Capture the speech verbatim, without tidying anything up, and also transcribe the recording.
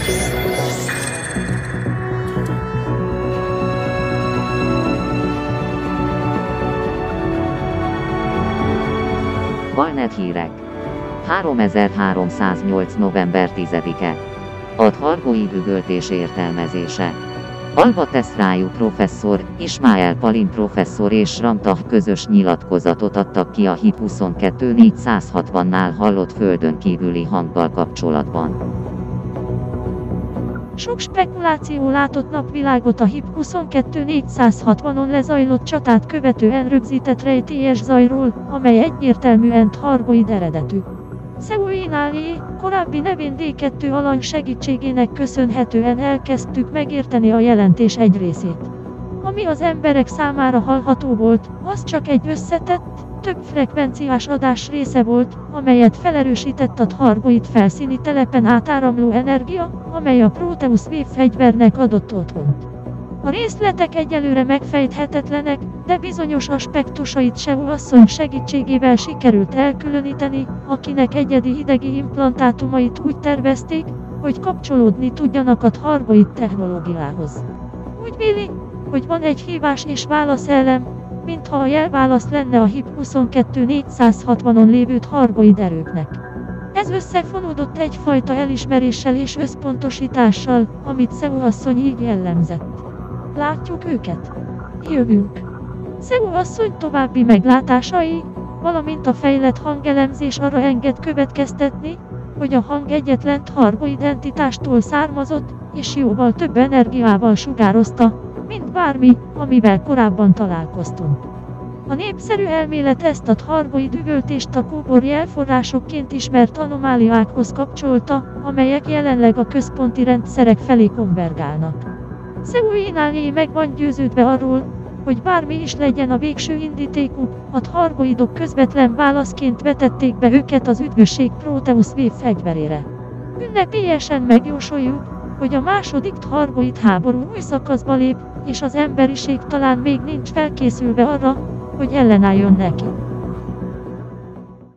Balnet hírek. háromezer-háromszáznyolc. november tizedike. A Thargoid üvöltés értelmezése. Alva Tesfaye professzor, Ismael Palin professzor és Ramtah közös nyilatkozatot adtak ki a HIP huszonkettő négyszázhatvannál hallott földön kívüli hanggal kapcsolatban. Sok spekuláció látott napvilágot a HIP huszonkettő négyszázhatvanon lezajlott csatát követően rögzített rejtélyes zajról, amely egyértelműen Thargoid eredetű. Szeújinálé, korábbi nevén dé kettő alany segítségének köszönhetően elkezdtük megérteni a jelentés egy részét. Ami az emberek számára hallható volt, az csak egy összetett, több frekvenciás adás része volt, amelyet felerősített a Thargoid felszíni telepen átáramló energia, amely a Proteus Wave fegyvernek adott otthont. A részletek egyelőre megfejthetetlenek, de bizonyos aspektusait Seu asszony segítségével sikerült elkülöníteni, akinek egyedi idegi implantátumait úgy tervezték, hogy kapcsolódni tudjanak a Thargoid technológiához. Úgy véli, hogy van egy hívás és válasz elem, mintha a jelválasz lenne a HIP huszonkettő négyszázhatvanon lévő Thargoid erőknek. Ez összefonódott egyfajta elismeréssel és összpontosítással, amit Seu asszony így jellemzett. Látjuk őket? Jövünk. Seu asszony további meglátásai, valamint a fejlett hangelemzés arra enged következtetni, hogy a hang egyetlen Thargoid entitástól származott, és jóval több energiával sugározta, mint bármi, amivel korábban találkoztunk. A népszerű elmélet ezt a Thargoid üvöltést a kóbor jelforrásokként ismert anomáliákhoz kapcsolta, amelyek jelenleg a központi rendszerek felé konvergálnak. Szeújinálé meg van győződve arról, hogy bármi is legyen a végső indítékuk, a Thargoidok közvetlen válaszként vetették be őket az üdvösség Proteus Wave fegyverére. Ünnepélyesen megjósoljuk, hogy a második Thargoid háború új szakaszba lép, és az emberiség talán még nincs felkészülve arra, hogy ellenálljon neki.